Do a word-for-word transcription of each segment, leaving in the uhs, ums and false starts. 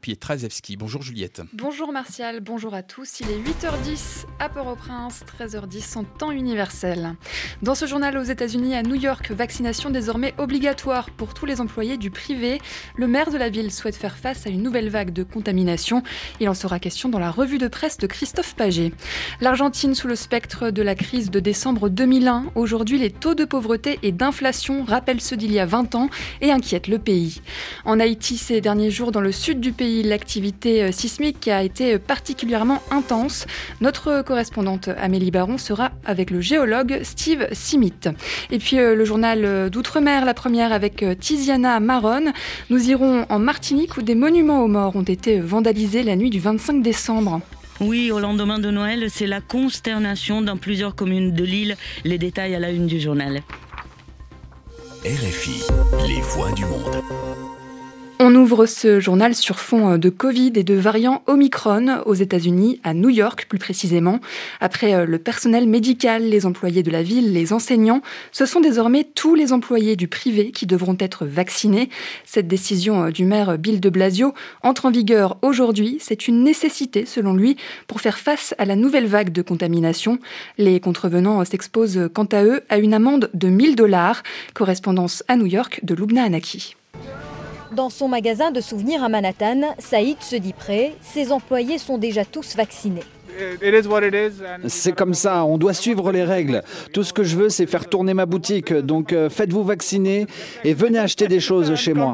Pietraszewski. Bonjour Juliette. Bonjour Martial, bonjour à tous. Il est huit heures dix à Port-au-Prince, treize heures dix en temps universel. Dans ce journal aux États-Unis, à New York, vaccination désormais obligatoire pour tous les employés du privé. Le maire de la ville souhaite faire face à une nouvelle vague de contamination. Il en sera question dans la revue de presse de Christophe Paget. L'Argentine sous le spectre de la crise de décembre deux mille un. Aujourd'hui, les taux de pauvreté et d'inflation rappellent ceux d'il y a vingt ans et inquiètent le pays. En Haïti, ces derniers jours, dans le sud du pays, l'activité sismique a été particulièrement intense. Notre correspondante Amélie Baron sera avec le géologue Steve Simit. Et puis le journal d'Outre-mer, la première avec Tiziana Maron. Nous irons en Martinique où des monuments aux morts ont été vandalisés la nuit du vingt-cinq décembre. Oui, au lendemain de Noël, c'est la consternation dans plusieurs communes de l'île. Les détails à la une du journal. R F I, les voix du monde. On ouvre ce journal sur fond de Covid et de variants Omicron aux États-Unis, à New York plus précisément. Après le personnel médical, les employés de la ville, les enseignants, ce sont désormais tous les employés du privé qui devront être vaccinés. Cette décision du maire Bill de Blasio entre en vigueur aujourd'hui. C'est une nécessité, selon lui, pour faire face à la nouvelle vague de contamination. Les contrevenants s'exposent quant à eux à une amende de mille dollars. Correspondance à New York de Lubna Anaki. Dans son magasin de souvenirs à Manhattan, Saïd se dit prêt. Ses employés sont déjà tous vaccinés. C'est comme ça, on doit suivre les règles. Tout ce que je veux, c'est faire tourner ma boutique. Donc euh, faites-vous vacciner et venez acheter des choses chez moi.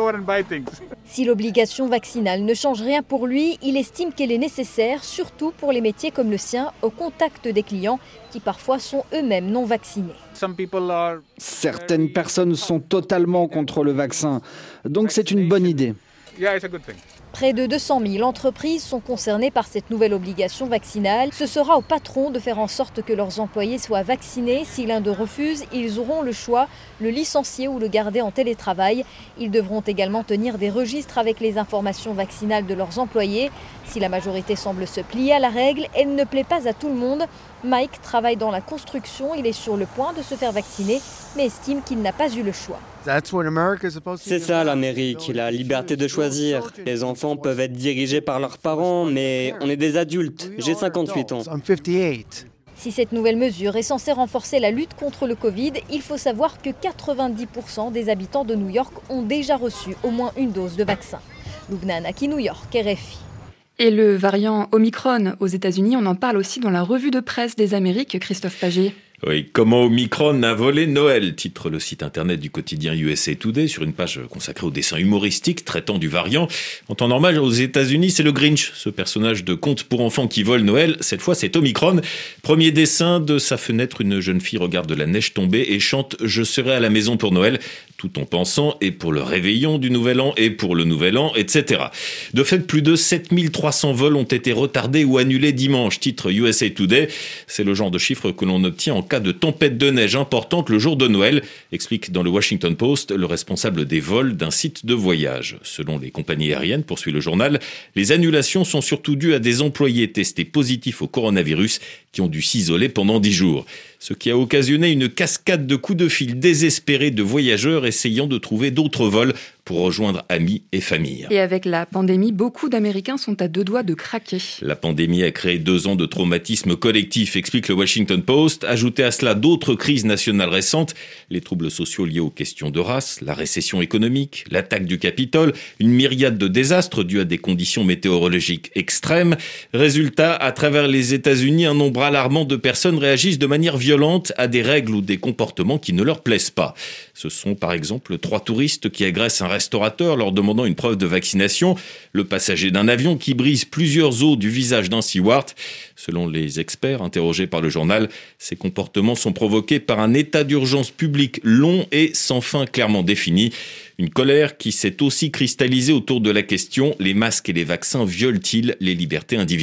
Si l'obligation vaccinale ne change rien pour lui, il estime qu'elle est nécessaire, surtout pour les métiers comme le sien, au contact des clients qui parfois sont eux-mêmes non vaccinés. Certaines personnes sont totalement contre le vaccin, donc c'est une bonne idée. Près de deux cent mille entreprises sont concernées par cette nouvelle obligation vaccinale. Ce sera aux patrons de faire en sorte que leurs employés soient vaccinés. Si l'un d'eux refuse, ils auront le choix, le licencier ou le garder en télétravail. Ils devront également tenir des registres avec les informations vaccinales de leurs employés. Si la majorité semble se plier à la règle, elle ne plaît pas à tout le monde. Mike travaille dans la construction, il est sur le point de se faire vacciner, mais estime qu'il n'a pas eu le choix. C'est ça l'Amérique, la liberté de choisir. Les enfants peuvent être dirigés par leurs parents, mais on est des adultes. J'ai cinquante-huit ans. Si cette nouvelle mesure est censée renforcer la lutte contre le Covid, il faut savoir que quatre-vingt-dix pour cent des habitants de New York ont déjà reçu au moins une dose de vaccin. Lubna Anaki, New York, R F I. Et le variant Omicron aux États-Unis, on en parle aussi dans la revue de presse des Amériques, Christophe Paget. Oui, comment Omicron a volé Noël, titre le site internet du quotidien U S A Today sur une page consacrée au dessin humoristique traitant du variant. En temps normal, aux États-Unis, c'est le Grinch, ce personnage de conte pour enfants qui vole Noël. Cette fois, c'est Omicron. Premier dessin de sa fenêtre, une jeune fille regarde la neige tomber et chante « Je serai à la maison pour Noël ». Tout en pensant, et pour le réveillon du Nouvel An, et pour le Nouvel An, et cetera. De fait, plus de sept mille trois cents vols ont été retardés ou annulés dimanche, titre U S A Today. C'est le genre de chiffre que l'on obtient en cas de tempête de neige importante le jour de Noël, explique dans le Washington Post le responsable des vols d'un site de voyage. Selon les compagnies aériennes, poursuit le journal, les annulations sont surtout dues à des employés testés positifs au coronavirus qui ont dû s'isoler pendant dix jours. Ce qui a occasionné une cascade de coups de fil désespérés de voyageurs essayant de trouver d'autres vols pour rejoindre amis et famille. Et avec la pandémie, beaucoup d'Américains sont à deux doigts de craquer. La pandémie a créé deux ans de traumatisme collectif, explique le Washington Post. Ajoutez à cela d'autres crises nationales récentes, les troubles sociaux liés aux questions de race, la récession économique, l'attaque du Capitole, une myriade de désastres dus à des conditions météorologiques extrêmes. Résultat, à travers les États-Unis, un nombre alarmant de personnes réagissent de manière violente à des règles ou des comportements qui ne leur plaisent pas. Ce sont par exemple trois touristes qui agressent un restaurateur leur demandant une preuve de vaccination, le passager d'un avion qui brise plusieurs os du visage d'un steward. Selon les experts interrogés par le journal, ces comportements sont provoqués par un état d'urgence public long et sans fin clairement défini. Une colère qui s'est aussi cristallisée autour de la question « Les masques et les vaccins violent-ils les libertés individuelles ?»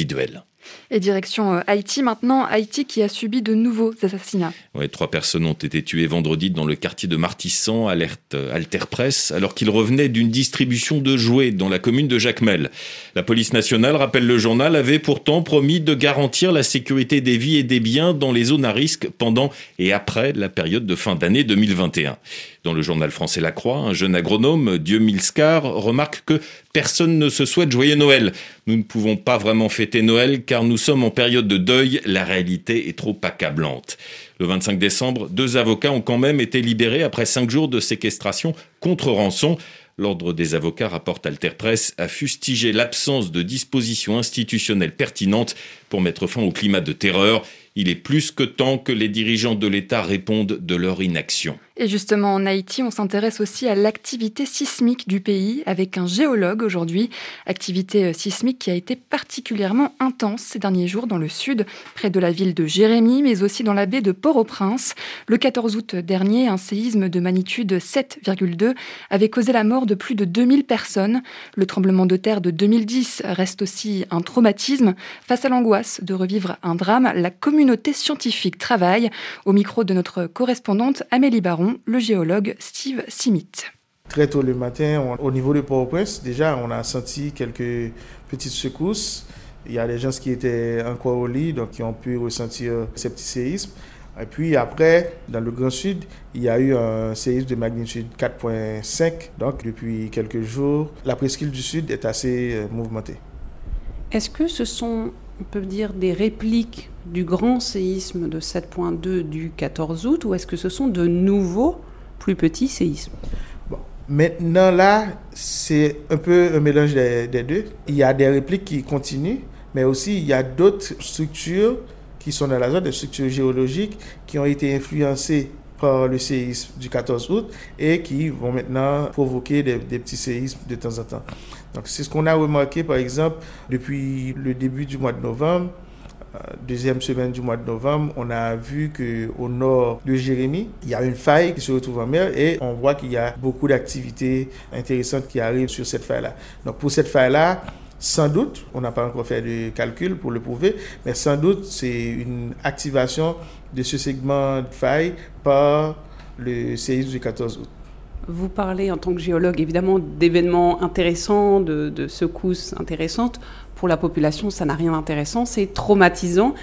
Et direction Haïti maintenant, Haïti qui a subi de nouveaux assassinats. Ouais, trois personnes ont été tuées vendredi dans le quartier de Martissan, alerte Alter Press, alors qu'ils revenaient d'une distribution de jouets dans la commune de Jacmel. La police nationale, rappelle le journal, avait pourtant promis de garantir la sécurité des vies et des biens dans les zones à risque pendant et après la période de fin d'année deux mille vingt et un. Dans le journal français La Croix, un jeune agronome, Dieu Milscar, remarque que personne ne se souhaite joyeux Noël. Nous ne pouvons pas vraiment fêter Noël car nous sommes en période de deuil, la réalité est trop accablante. Le vingt-cinq décembre, deux avocats ont quand même été libérés après cinq jours de séquestration contre rançon. L'Ordre des avocats, rapporte Alter Press, a fustigé l'absence de dispositions institutionnelles pertinentes pour mettre fin au climat de terreur. Il est plus que temps que les dirigeants de l'État répondent de leur inaction. Et justement, en Haïti, on s'intéresse aussi à l'activité sismique du pays avec un géologue aujourd'hui. Activité sismique qui a été particulièrement intense ces derniers jours dans le sud, près de la ville de Jérémie, mais aussi dans la baie de Port-au-Prince. Le quatorze août dernier, un séisme de magnitude sept virgule deux avait causé la mort de plus de deux mille personnes. Le tremblement de terre de deux mille dix reste aussi un traumatisme. Face à l'angoisse de revivre un drame, la communauté scientifique travaille. Au micro de notre correspondante Amélie Baron, le géologue Steve Simit. Très tôt le matin, on, au niveau de Port-au-Prince, déjà, on a senti quelques petites secousses. Il y a des gens qui étaient encore au lit, donc qui ont pu ressentir ces petits séismes. Et puis après, dans le Grand Sud, il y a eu un séisme de magnitude quatre virgule cinq. Donc depuis quelques jours, la presqu'île du Sud est assez euh, mouvementée. Est-ce que ce sont, on peut dire, des répliques du grand séisme de sept virgule deux du quatorze août, ou est-ce que ce sont de nouveaux, plus petits séismes ? Bon. Maintenant, là, c'est un peu un mélange des, des deux. Il y a des répliques qui continuent, mais aussi il y a d'autres structures qui sont dans la zone, des structures géologiques qui ont été influencées par le séisme du quatorze août et qui vont maintenant provoquer des, des petits séismes de temps en temps. Donc, c'est ce qu'on a remarqué, par exemple, depuis le début du mois de novembre. Deuxième semaine du mois de novembre, on a vu qu'au nord de Jérémie, il y a une faille qui se retrouve en mer et on voit qu'il y a beaucoup d'activités intéressantes qui arrivent sur cette faille-là. Donc pour cette faille-là, sans doute, on n'a pas encore fait de calcul pour le prouver, mais sans doute c'est une activation de ce segment de faille par le séisme du quatorze août. Vous parlez en tant que géologue évidemment d'événements intéressants, de, de secousses intéressantes. Pour la population, ça n'a rien d'intéressant, c'est traumatisant.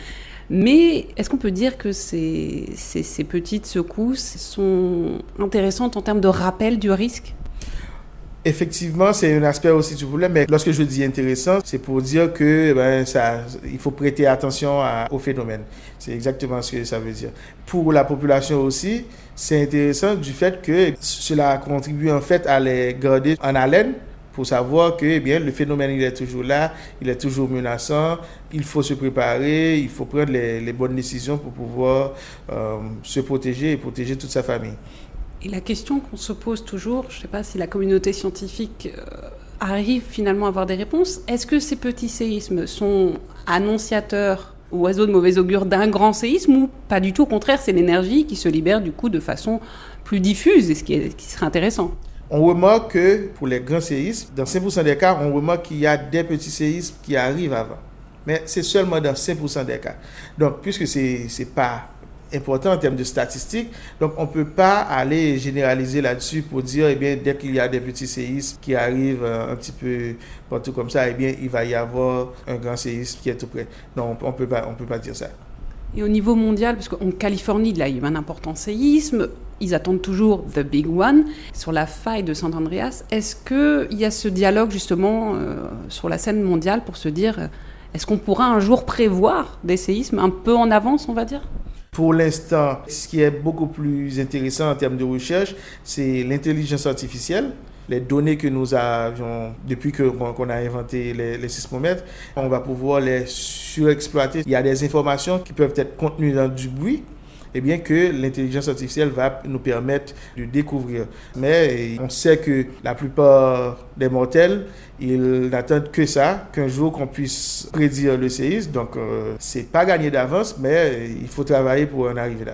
Mais est-ce qu'on peut dire que ces, ces, ces petites secousses sont intéressantes en termes de rappel du risque ? Effectivement, c'est un aspect aussi du problème, mais lorsque je dis intéressant, c'est pour dire que ben, ça, il faut prêter attention à, au phénomène. C'est exactement ce que ça veut dire. Pour la population aussi, c'est intéressant du fait que cela contribue en fait à les garder en haleine, pour savoir que eh bien, le phénomène il est toujours là, il est toujours menaçant, il faut se préparer, il faut prendre les, les bonnes décisions pour pouvoir euh, se protéger et protéger toute sa famille. Et la question qu'on se pose toujours, je ne sais pas si la communauté scientifique euh, arrive finalement à avoir des réponses, est-ce que ces petits séismes sont annonciateurs, oiseaux de mauvais augure, d'un grand séisme ou pas du tout, au contraire, c'est l'énergie qui se libère du coup de façon plus diffuse, et ce qui, est, qui serait intéressant. On remarque que pour les grands séismes, dans cinq pour cent des cas, on remarque qu'il y a des petits séismes qui arrivent avant. Mais c'est seulement dans cinq pour cent des cas. Donc, puisque ce n'est pas important en termes de statistiques, donc on ne peut pas aller généraliser là-dessus pour dire, eh bien, dès qu'il y a des petits séismes qui arrivent un petit peu partout comme ça, eh bien, il va y avoir un grand séisme qui est tout près. Non, on ne peut pas, on peut pas dire ça. Et au niveau mondial, parce qu'en Californie, là, il y a eu un important séisme, ils attendent toujours The Big One. Sur la faille de San Andreas, est-ce qu'il y a ce dialogue justement euh, sur la scène mondiale pour se dire, euh, est-ce qu'on pourra un jour prévoir des séismes un peu en avance, on va dire ? Pour l'instant, ce qui est beaucoup plus intéressant en termes de recherche, c'est l'intelligence artificielle. Les données que nous avions depuis que, qu'on a inventé les, les sismomètres, on va pouvoir les surexploiter. Il y a des informations qui peuvent être contenues dans du bruit, et bien que l'intelligence artificielle va nous permettre de découvrir. Mais on sait que la plupart des mortels, ils n'attendent que ça, qu'un jour qu'on puisse prédire le séisme. Donc, euh, c'est pas gagné d'avance, mais il faut travailler pour en arriver là.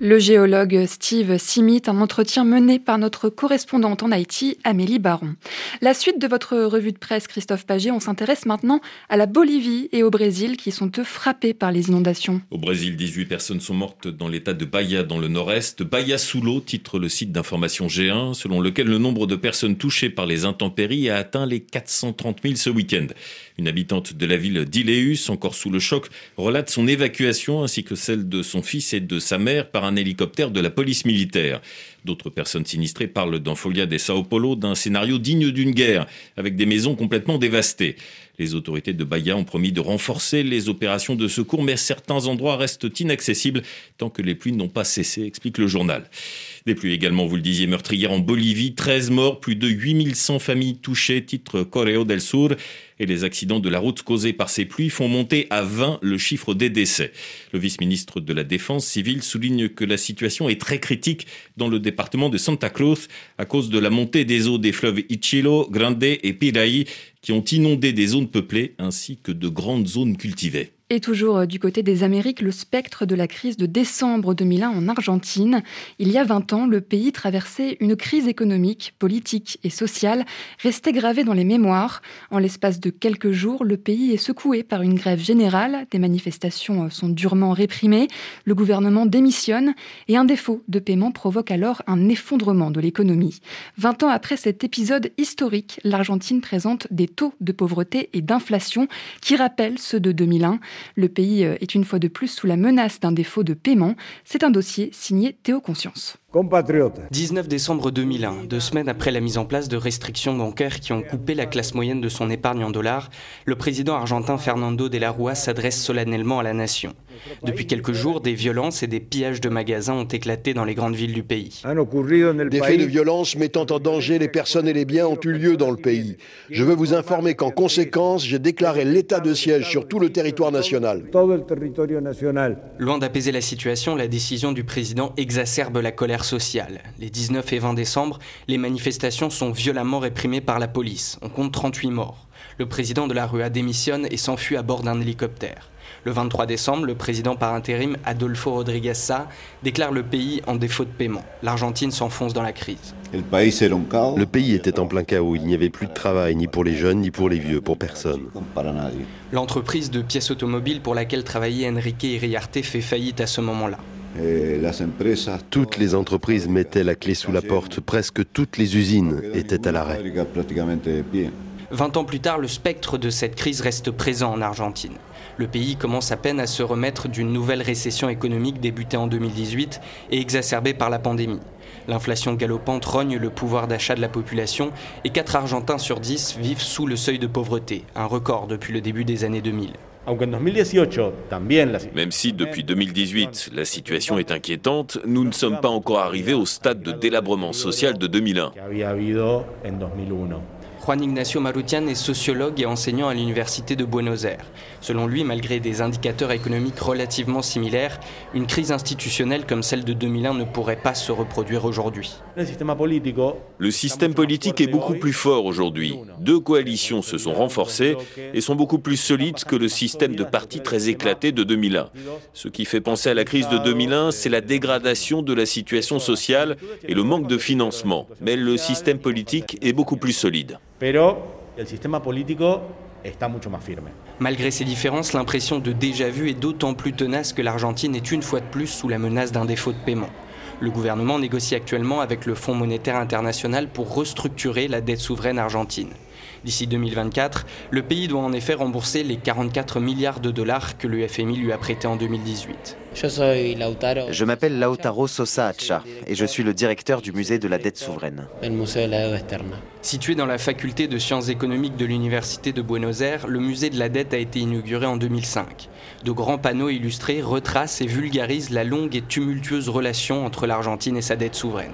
Le géologue Steve Simit, un entretien mené par notre correspondante en Haïti, Amélie Baron. La suite de votre revue de presse, Christophe Paget, on s'intéresse maintenant à la Bolivie et au Brésil qui sont eux frappés par les inondations. Au Brésil, dix-huit personnes sont mortes dans l'état de Bahia, dans le nord-est. Bahia sous l'eau, titre le site d'information G un, selon lequel le nombre de personnes touchées par les intempéries a atteint les quatre cent trente mille ce week-end. Une habitante de la ville d'Ileus, encore sous le choc, relate son évacuation ainsi que celle de son fils et de sa mère par un hélicoptère de la police militaire. D'autres personnes sinistrées parlent dans Folha de Sao Paulo d'un scénario digne d'une guerre, avec des maisons complètement dévastées. Les autorités de Bahia ont promis de renforcer les opérations de secours, mais certains endroits restent inaccessibles tant que les pluies n'ont pas cessé, explique le journal. Des pluies également, vous le disiez, meurtrières en Bolivie, treize morts, plus de huit mille cent familles touchées, titre Correo del Sur. Et les accidents de la route causés par ces pluies font monter à vingt le chiffre des décès. Le vice-ministre de la Défense civile souligne que la situation est très critique dans le département de Santa Cruz à cause de la montée des eaux des fleuves Ichilo, Grande et Piraí qui ont inondé des zones peuplées ainsi que de grandes zones cultivées. Et toujours du côté des Amériques, le spectre de la crise de décembre deux mille un en Argentine. Il y a vingt ans, le pays traversait une crise économique, politique et sociale, restée gravée dans les mémoires. En l'espace de quelques jours, le pays est secoué par une grève générale. Des manifestations sont durement réprimées. Le gouvernement démissionne et un défaut de paiement provoque alors un effondrement de l'économie. Vingt ans après cet épisode historique, l'Argentine présente des taux de pauvreté et d'inflation qui rappellent ceux de deux mille un. Le pays est une fois de plus sous la menace d'un défaut de paiement. C'est un dossier signé Théo Conscience. dix-neuf décembre deux mille un, deux semaines après la mise en place de restrictions bancaires qui ont coupé la classe moyenne de son épargne en dollars, le président argentin Fernando de la Rúa s'adresse solennellement à la nation. Depuis quelques jours, des violences et des pillages de magasins ont éclaté dans les grandes villes du pays. Des faits de violence mettant en danger les personnes et les biens ont eu lieu dans le pays. Je veux vous informer qu'en conséquence, j'ai déclaré l'état de siège sur tout le territoire national. Loin d'apaiser la situation, la décision du président exacerbe la colère sociale. Les dix-neuf et vingt décembre, les manifestations sont violemment réprimées par la police. On compte trente-huit morts. Le président de la Rúa démissionne et s'enfuit à bord d'un hélicoptère. Le vingt-trois décembre, le président par intérim Adolfo Rodríguez Sá déclare le pays en défaut de paiement. L'Argentine s'enfonce dans la crise. Le pays était en plein chaos. Il n'y avait plus de travail, ni pour les jeunes, ni pour les vieux, pour personne. L'entreprise de pièces automobiles pour laquelle travaillait Enrique Iriarte fait faillite à ce moment-là. Toutes les entreprises mettaient la clé sous la porte. Presque toutes les usines étaient à l'arrêt. Vingt ans plus tard, le spectre de cette crise reste présent en Argentine. Le pays commence à peine à se remettre d'une nouvelle récession économique débutée en deux mille dix-huit et exacerbée par la pandémie. L'inflation galopante rogne le pouvoir d'achat de la population et quatre Argentins sur dix vivent sous le seuil de pauvreté, un record depuis le début des années deux mille. Même si depuis deux mille dix-huit, la situation est inquiétante, nous ne sommes pas encore arrivés au stade de délabrement social de deux mille un. Juan Ignacio Marutian est sociologue et enseignant à l'université de Buenos Aires. Selon lui, malgré des indicateurs économiques relativement similaires, une crise institutionnelle comme celle de deux mille un ne pourrait pas se reproduire aujourd'hui. Le système politique est beaucoup plus fort aujourd'hui. Deux coalitions se sont renforcées et sont beaucoup plus solides que le système de partis très éclaté de deux mille un. Ce qui fait penser à la crise de deux mille un, c'est la dégradation de la situation sociale et le manque de financement. Mais le système politique est beaucoup plus solide. Malgré ces différences, l'impression de déjà-vu est d'autant plus tenace que l'Argentine est une fois de plus sous la menace d'un défaut de paiement. Le gouvernement négocie actuellement avec le Fonds monétaire international pour restructurer la dette souveraine argentine. D'ici deux mille vingt-quatre, le pays doit en effet rembourser les quarante-quatre milliards de dollars que le F M I lui a prêtés en deux mille dix-huit. Je m'appelle Lautaro Sosa Hacha et je suis le directeur du musée de la dette souveraine. Situé dans la faculté de sciences économiques de l'université de Buenos Aires, le musée de la dette a été inauguré en deux mille cinq. De grands panneaux illustrés retracent et vulgarisent la longue et tumultueuse relation entre l'Argentine et sa dette souveraine.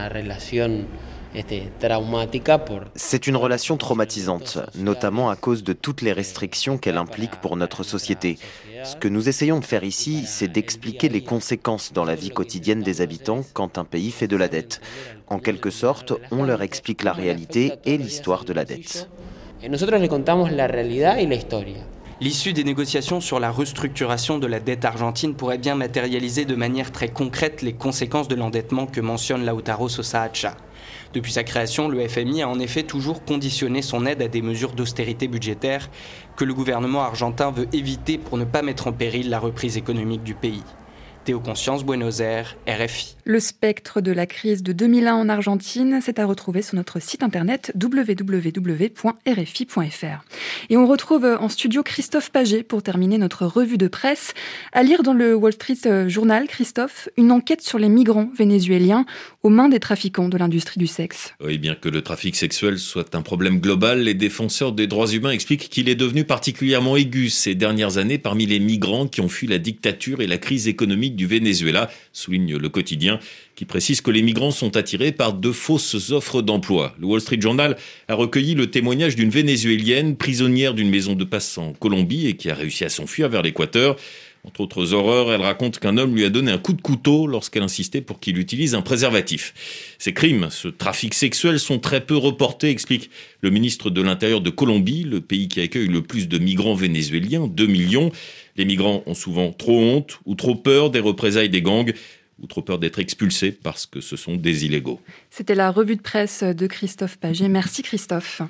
C'est une relation traumatisante, notamment à cause de toutes les restrictions qu'elle implique pour notre société. Ce que nous essayons de faire ici, c'est d'expliquer les conséquences dans la vie quotidienne des habitants quand un pays fait de la dette. En quelque sorte, on leur explique la réalité et l'histoire de la dette. L'issue des négociations sur la restructuration de la dette argentine pourrait bien matérialiser de manière très concrète les conséquences de l'endettement que mentionne Lautaro Sosa Hacha. Depuis sa création, le F M I a en effet toujours conditionné son aide à des mesures d'austérité budgétaire que le gouvernement argentin veut éviter pour ne pas mettre en péril la reprise économique du pays. Théo Conscience, Buenos Aires, R F I. Le spectre de la crise de deux mille un en Argentine, c'est à retrouver sur notre site internet w w w point r f i point f r. Et on retrouve en studio Christophe Paget pour terminer notre revue de presse. À lire dans le Wall Street Journal, Christophe, une enquête sur les migrants vénézuéliens aux mains des trafiquants de l'industrie du sexe. Oui, bien que le trafic sexuel soit un problème global, les défenseurs des droits humains expliquent qu'il est devenu particulièrement aigu ces dernières années parmi les migrants qui ont fui la dictature et la crise économique du Venezuela, souligne le quotidien, qui précise que les migrants sont attirés par de fausses offres d'emploi. Le Wall Street Journal a recueilli le témoignage d'une Vénézuélienne prisonnière d'une maison de passe en Colombie et qui a réussi à s'enfuir vers l'Équateur. Entre autres horreurs, elle raconte qu'un homme lui a donné un coup de couteau lorsqu'elle insistait pour qu'il utilise un préservatif. Ces crimes, ce trafic sexuel, sont très peu reportés, explique le ministre de l'Intérieur de Colombie, le pays qui accueille le plus de migrants vénézuéliens, deux millions. Les migrants ont souvent trop honte ou trop peur des représailles des gangs, ou trop peur d'être expulsés parce que ce sont des illégaux. C'était la revue de presse de Christophe Paget. Merci Christophe.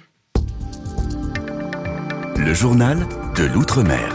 Le journal de l'Outre-mer.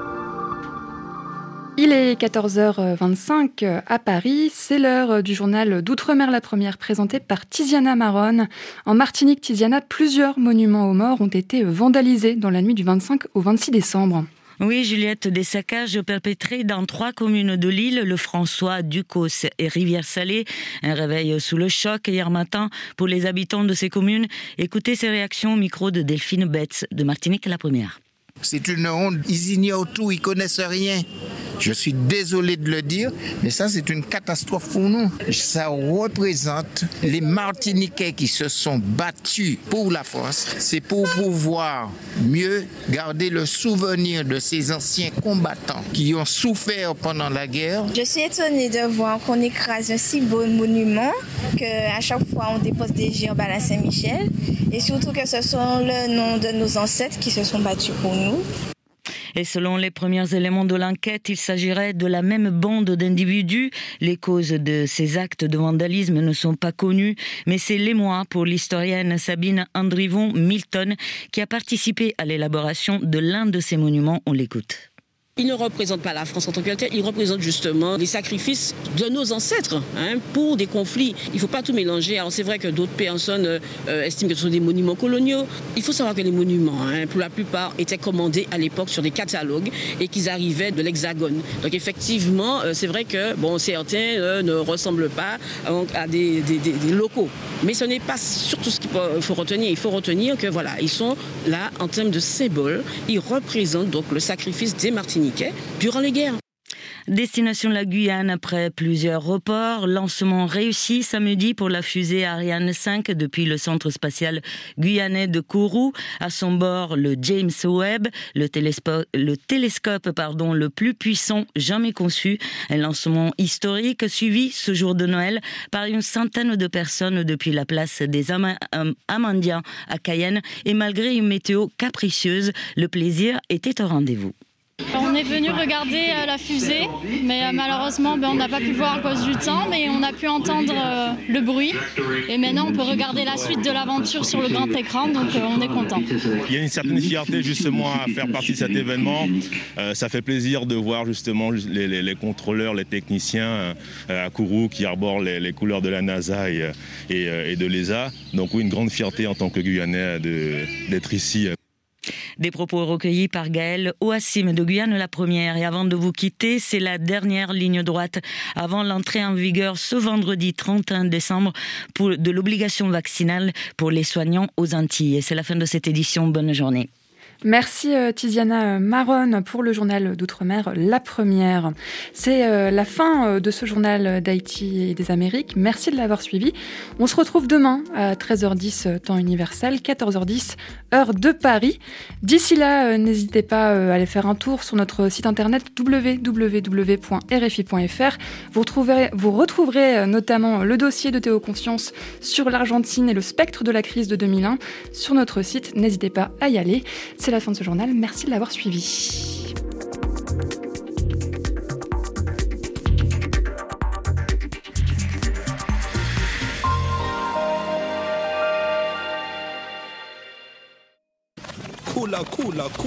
Il est quatorze heures vingt-cinq à Paris, c'est l'heure du journal d'Outre-mer la première présentée par Tiziana Maron. En Martinique, Tiziana, plusieurs monuments aux morts ont été vandalisés dans la nuit du vingt-cinq au vingt-six décembre. Oui, Juliette, des saccages perpétrés dans trois communes de l'île, le François, Ducos et Rivière-Salée. Un réveil sous le choc hier matin pour les habitants de ces communes. Écoutez ces réactions au micro de Delphine Betts de Martinique la première. C'est une honte, ils ignorent tout, ils connaissent rien. Je suis désolé de le dire, mais ça c'est une catastrophe pour nous. Ça représente les Martiniquais qui se sont battus pour la France. C'est pour pouvoir mieux garder le souvenir de ces anciens combattants qui ont souffert pendant la guerre. Je suis étonnée de voir qu'on écrase un si beau monument, qu'à chaque fois on dépose des gerbes à la Saint-Michel, et surtout que ce sont le nom de nos ancêtres qui se sont battus pour nous. Et selon les premiers éléments de l'enquête, il s'agirait de la même bande d'individus. Les causes de ces actes de vandalisme ne sont pas connues, mais c'est l'émoi pour l'historienne Sabine Andrivon-Milton qui a participé à l'élaboration de l'un de ces monuments. On l'écoute. Il ne représente pas la France en tant que telle, il représente justement les sacrifices de nos ancêtres hein, pour des conflits. Il ne faut pas tout mélanger. Alors c'est vrai que d'autres personnes euh, estiment que ce sont des monuments coloniaux. Il faut savoir que les monuments, hein, pour la plupart, étaient commandés à l'époque sur des catalogues et qu'ils arrivaient de l'Hexagone. Donc effectivement, euh, c'est vrai que bon, certains euh, ne ressemblent pas euh, à des, des, des, des locaux. Mais ce n'est pas surtout ce qu'il faut retenir. Il faut retenir que voilà, ils sont là en termes de symboles. Ils représentent donc le sacrifice des Martiniquais durant les guerres. Destination la Guyane après plusieurs reports. Lancement réussi samedi pour la fusée Ariane cinq depuis le centre spatial guyanais de Kourou. À son bord, le James Webb, le télescope, le télescope pardon, le plus puissant jamais conçu. Un lancement historique suivi ce jour de Noël par une centaine de personnes depuis la place des Am- Amandiens à Cayenne. Et malgré une météo capricieuse, le plaisir était au rendez-vous. On est venu regarder euh, la fusée, mais euh, malheureusement ben, on n'a pas pu voir à cause du temps, mais on a pu entendre euh, le bruit. Et maintenant on peut regarder la suite de l'aventure sur le grand écran, donc euh, on est content. Il y a une certaine fierté justement à faire partie de cet événement. Euh, ça fait plaisir de voir justement les, les, les contrôleurs, les techniciens euh, à Kourou qui arborent les, les couleurs de la NASA et, et, et de l'E S A. Donc oui, une grande fierté en tant que Guyanais de, d'être ici. Des propos recueillis par Gaël Ouassim de Guyane la première. Et avant de vous quitter, c'est la dernière ligne droite avant l'entrée en vigueur ce vendredi trente et un décembre pour, de l'obligation vaccinale pour les soignants aux Antilles. Et c'est la fin de cette édition. Bonne journée. Merci euh, Tiziana Maron pour le journal d'Outre-mer, la première. C'est euh, la fin euh, de ce journal d'Haïti et des Amériques. Merci de l'avoir suivi. On se retrouve demain à treize heures dix temps universel, quatorze heures dix heure de Paris. D'ici là, euh, n'hésitez pas euh, à aller faire un tour sur notre site internet w w w point r f i point f r. Vous retrouverez, vous retrouverez euh, notamment le dossier de Théo Conscience sur l'Argentine et le spectre de la crise de deux mille un sur notre site. N'hésitez pas à y aller. C'est la fin de ce journal. Merci de l'avoir suivi. Cool, cool, cool.